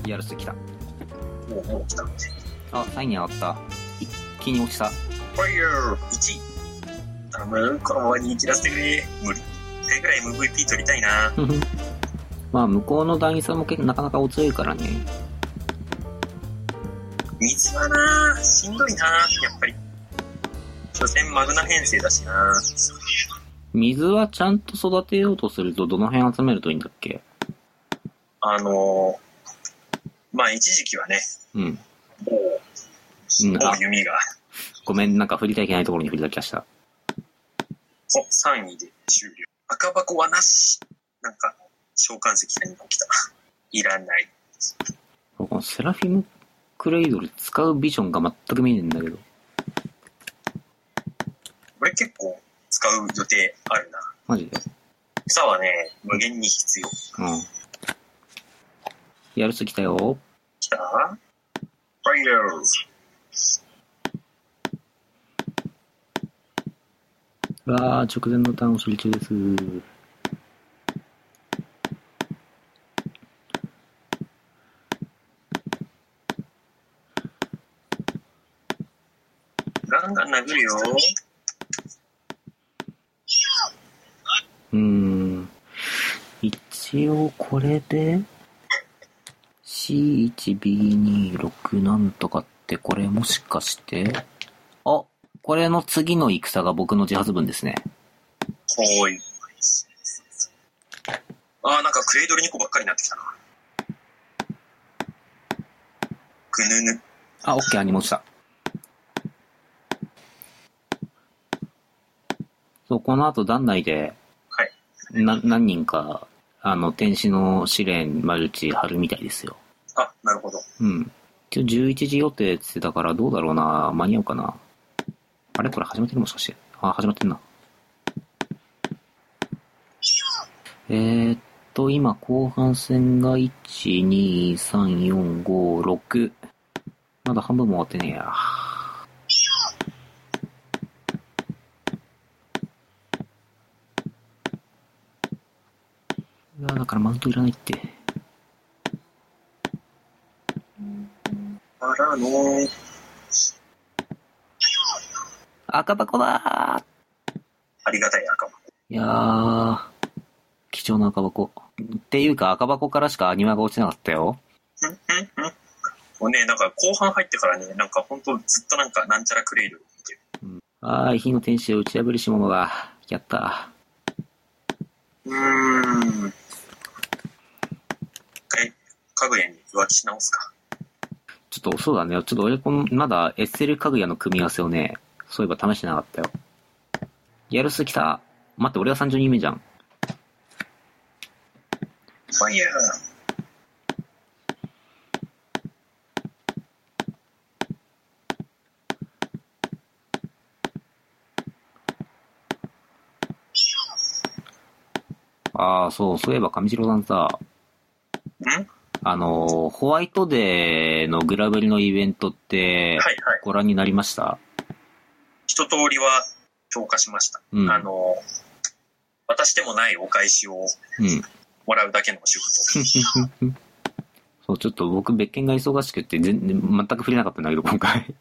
やるすぎた。 もう来た。 あ、3位に上がった。一気に落ちた。 ファイヤー1位。頼む、このまま人気出してくれ。無理。1回ぐらい MVP 取りたいな。 まあ、向こうの団員さんもなかなかお強いからね。 水はな、しんどいな、やっぱり。所詮マグナ編成だしな。 水はちゃんと育てようとするとどの辺集めるといいんだっけ？ まあ一時期はね、 うん。 もう弓が。 ごめん、なんか振りたいけないところに振りた気がした。 3位で終了。赤箱はなし。なんか、召喚石が2個来た。いらない。 このセラフィムクレイドル使うビジョンが全く見えねえんだけど。 これ結構使う予定あるな。 マジで？ 草はね、無限に必要。 うん。やるすぎたよ。 来た？ファイヤー。 わー、直前のターンを処理中です。 ガンガン殴るよ。 一応これで C1B26 なんとかってこれもしかしてあ、これの次の戦が僕の自発分ですね。 ほーい。なんかクレイドル2個ばっかりになってきたな。ぐぬぬ。 あ、オッケー、アニメ落ちた。そう、この後団内で、 はい。 何人か、天使の試練マルチ貼るみたいですよ。 あ、なるほど。 うん。一応11時予定って言ってたからどうだろうな。間に合うかな。あれこれ始まってるもしかして。あ、始まってんな。今後半戦が1、2、3、4、5、6。まだ半分も終わってねえや。だからマウントいらないって。 からの赤箱だー。 ありがたい赤箱。 いやー、貴重な赤箱。っていうか赤箱からしかアニマが落ちなかったよ。 もうね、なんか後半入ってからね、なんかほんとずっとなんかなんちゃらクレイドル見てる。 火の天使を打ち破りし者だ。やった。 一回、かぐやに浮気し直すか。 ちょっと、そうだね。ちょっと俺まだ SL かぐやの組み合わせをね、そういえば試してなかったよ。やるす来た。待って、俺が32人目じゃん。 ファイヤー。 そういえば上白さんさ、ホワイトデーのグラブリのイベントって、ご覧になりました？ 一通りは評価しました。 うん、 渡してもないお返しをもらうだけの仕事。 そう、ちょっと僕別件が忙しくて全く触れなかったんだけど、今回。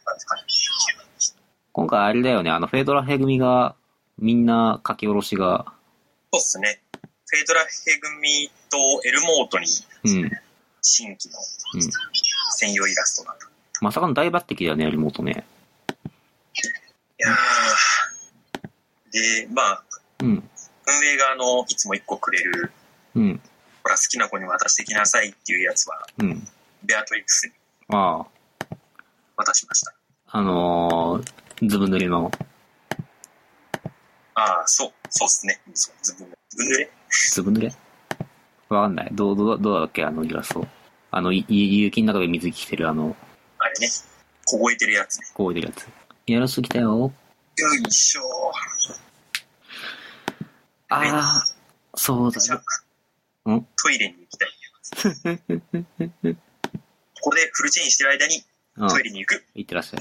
今回あれだよね、フェードラヘ組が、みんな書き下ろしが。 そうっすね。フェードラヘ組とエルモートに、新規の専用イラストだった。 まさかの大抜擢だよね、エルモートね。 いやー。で、まあ、運営がいつも1個くれる、ほら好きな子に渡してきなさいっていうやつは、ベアトリックスに渡しました。 ずぶ濡れの。 そうっすね。ずぶ濡れずぶ濡れわかんない。どうだっけ、イラスト。雪の中で水着着てるあれね。 凍えてるやつね。 凍えてるやつ。やらすぎたよ。 よいしょそうだね。 トイレに行きたい。ここでフルチェインしてる間にトイレに行く。 行ってらっしゃい。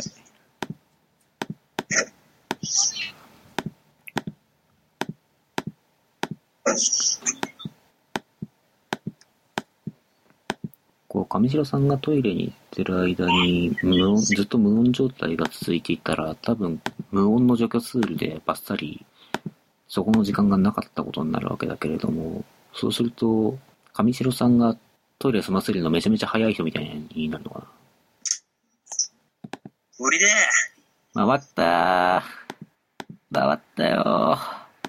こ上白さんがトイレに行ってる間にずっと無音状態が続いていたら、多分無音の除去ツールでバッサリそこの時間がなかったことになるわけだけれども、そうすると上白さんがトイレ済ませるのめちゃめちゃ早い人みたいになるのかな。 無理でー。回ったよ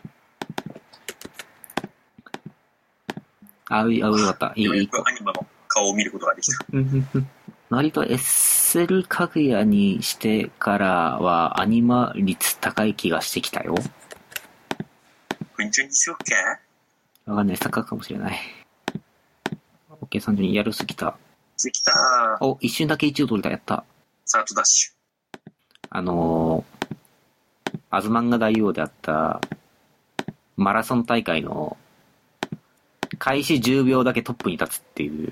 よかった。いい。 アニマの顔を見ることができた。 割とエッセルかぐやにしてからはアニマ率高い気がしてきたよ。 文順にしよっか。 わかんない。錯覚かもしれない。OK、32やるすぎた。お、一瞬だけ1を取れた。やった。 サートダッシュ。アズマンが大王であったマラソン大会の開始10秒だけトップに立つっていう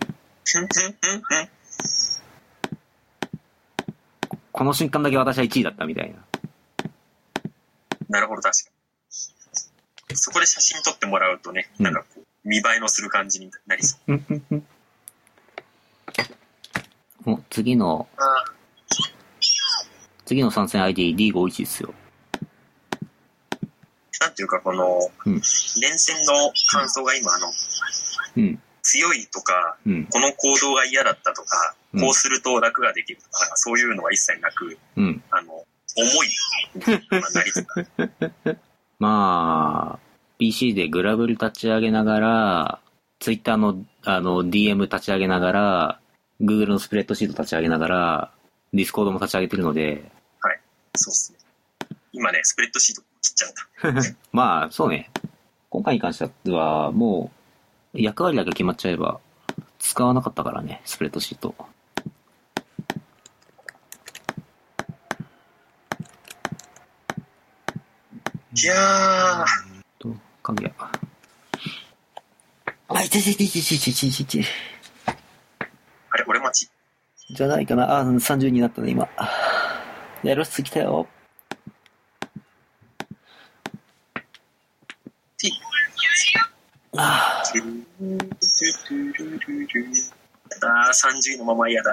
この瞬間だけ私は1位だったみたいな。 なるほど、確かに。そこで写真撮ってもらうとね、なんかこう見栄えのする感じになりそうお、次の参戦 ID-D51 ですよ。 なんていうか、この、連戦の感想が今、強いとか、この行動が嫌だったとか、こうすると楽ができるとか、そういうのは一切なく、重いなりつつまあ、PC でグラブル立ち上げながら、Twitter の、DM 立ち上げながら、Google のスプレッドシート立ち上げながら、Discord も立ち上げてるので、 はい、そうですね。今ね、スプレッドシート切っちゃった。 まあ、そうね。今回に関しては、もう、役割だけ決まっちゃえば、使わなかったからね、スプレッドシート。 いやかぐや。あ、いち。 あれ、俺待ちじゃないかな。30になったね、今。やるすぎたよ。 30位のまま嫌だ。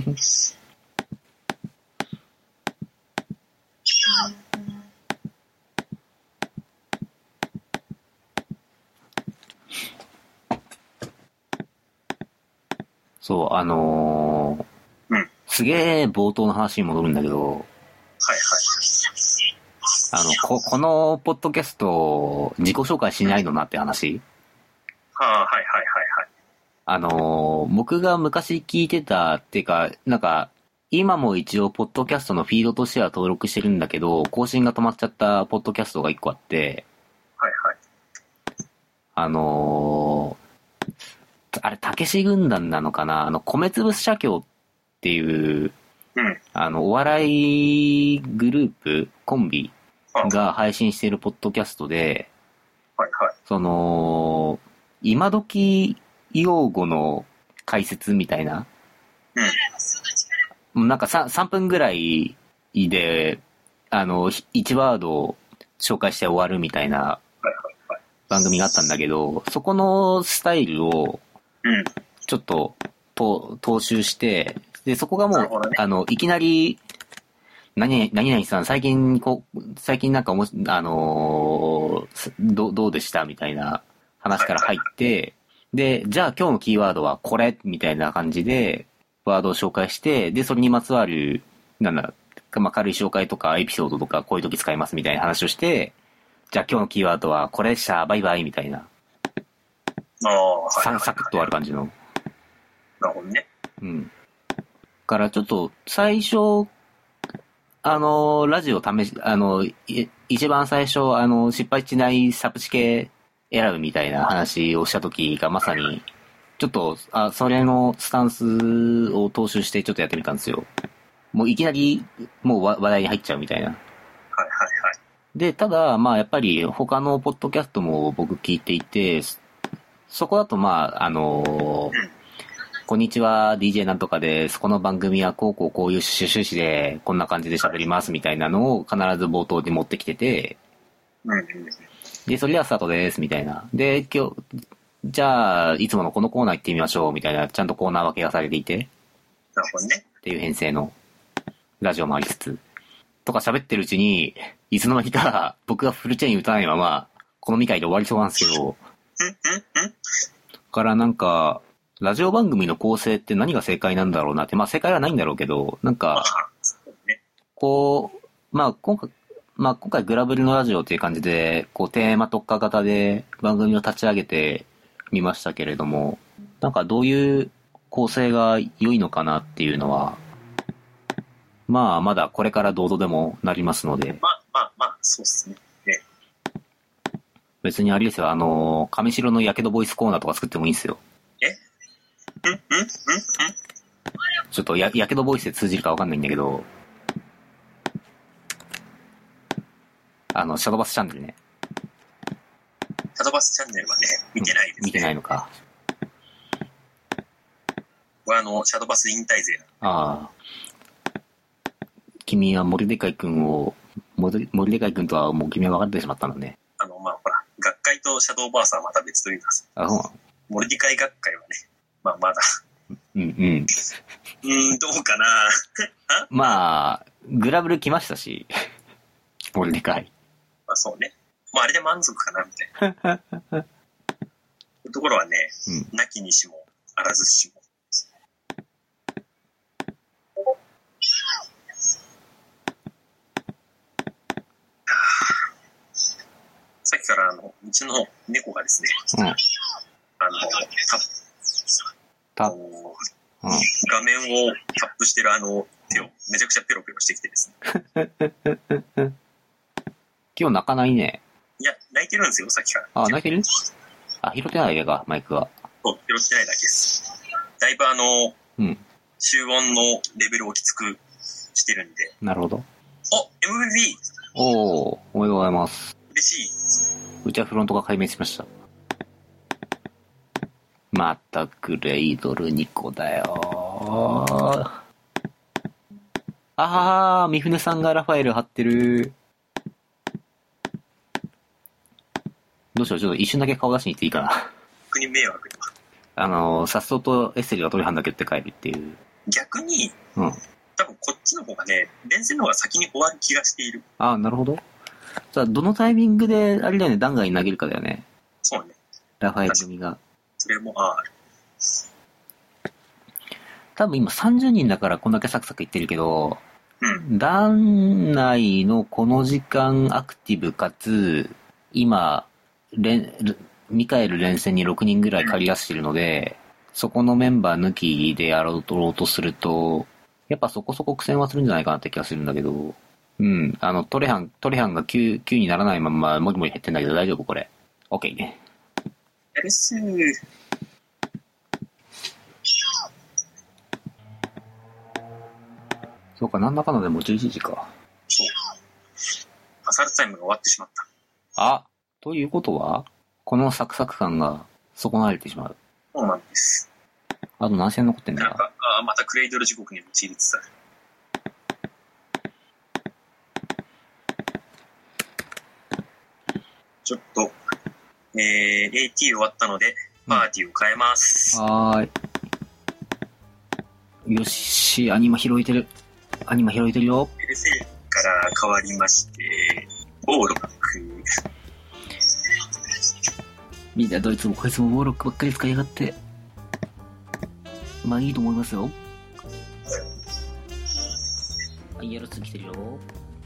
そう、すげえ冒頭の話に戻るんだけど、このポッドキャスト、自己紹介しないのなって話。僕が昔聞いてたっていうか、なんか、今も一応ポッドキャストのフィードとしては登録してるんだけど、更新が止まっちゃったポッドキャストが一個あって、あれ、たけし軍団なのかな、米粒社協っていう、お笑いグループ、コンビが配信しているポッドキャストで、今時用語の解説みたいな、なんか3分ぐらいで、1ワードを紹介して終わるみたいな番組があったんだけど、そこのスタイルを、ちょっと、踏襲して、で、そこがもう、いきなり、何々さん、最近なんかどうでしたみたいな話から入って、で、じゃあ今日のキーワードはこれみたいな感じで、ワードを紹介して、で、それにまつわる、軽い紹介とかエピソードとかこういう時使いますみたいな話をして、じゃあ今日のキーワードはこれでした、バイバイみたいな。サクッとある感じの。 なるほどね。 からちょっと、最初、ラジオ一番最初、失敗しないサプチ系選ぶみたいな話をした時がまさに、ちょっと、それのスタンスを踏襲してちょっとやってみたんですよ。もういきなり、もう話題に入っちゃうみたいな。で、ただ、やっぱり他のポッドキャストも僕聞いていて、そこだとこんにちは、DJ なんとかです。この番組はこういう趣旨で、こんな感じで喋りますみたいなのを必ず冒頭で持ってきてて、で、それではスタートです、みたいな。で、 じゃあ、いつものこのコーナー行ってみましょう、みたいな、ちゃんとコーナー分けがされていて。 なるほどね。 っていう編成のラジオもありつつ。とか喋ってるうちに、いつの間にか僕がフルチェイン打たないまま、この2回で終わりそうなんですけど。だからなんか、ラジオ番組の構成って何が正解なんだろうなって、まあ正解はないんだろうけど、なんか、こう、今回グラブルのラジオっていう感じで、こうテーマ特化型で番組を立ち上げてみましたけれども、なんかどういう構成が良いのかなっていうのは、まあまだこれからどうぞでもなりますので。 まあ、そうっすね。 別にあれですよ、上白のやけどボイスコーナーとか作ってもいいんですよ。ちょっとやけどボイスで通じるかわかんないんだけど、シャドバスチャンネルね。 シャドバスチャンネルはね、見てないですね。 見てないのか。 これシャドバス引退勢ああ。君はモルデカイ君とはもう君は分かってしまったのね。 ほら、学会とシャドーバースはまた別というか、 あ、そうなの？ モルディカイ学会はね、まだ。どうかなまあ、グラブル来ましたし、モルデカイ。 まあそうね。あれで満足かな、みたいな。ところはね、なきにしも、あらずしも。さっきからうちの猫がですね、画面をタップしてる手をめちゃくちゃペロペロしてきてですね。今日泣かないね。 いや、泣いてるんですよ、さっきから。 あ、泣いてる？あ、拾ってないだけか、マイクが。 そう、拾ってないだけです。だいぶ集音のレベルをきつくしてるんで。 なるほど。 MVP！ おめでとうございます。 嬉しい。 うちはフロントが解明しました。またクレイドル2個だよ。三船さんがラファエル貼ってる。どうしよう、ちょっと一瞬だけ顔出しに行っていいかな。 逆に迷惑だ。さっそうとエッセリが鳥半だけって帰るっていう。 逆に、多分こっちの方がね、連戦の方が先に終わる気がしている。 ああ、なるほど。じゃあ、どのタイミングで、あれだよね、弾丸に投げるかだよね。 そうね。 ラファエル組が。 それもある。 多分今30人だからこんだけサクサクいってるけど、団内のこの時間アクティブかつ、今、ミカエル連戦に6人ぐらい借り出してるので、そこのメンバー抜きでやろうとすると、やっぱそこそこ苦戦はするんじゃないかなって気がするんだけど、トレハンが9にならないままもりもり減ってんだけど大丈夫これ。OK ね。 やるっすそうか、なんだかんだでもう11時か。 そう。アサルトタイムが終わってしまった。 あ、ということは、このサクサク感が損なわれてしまう。 そうなんです。 あと何戦残ってんだよ。 またクレイドル時刻に陥りつつある。ちょっと、AT 終わったので、パーティーを変えます。 はーい。よし、アニマ拾えてるよ。 エルセイから変わりまして、ボーロック。 みんなどいつもこいつもボーロックばっかり使いやがって。まあいいと思いますよ。はい、やるつ来てるよ。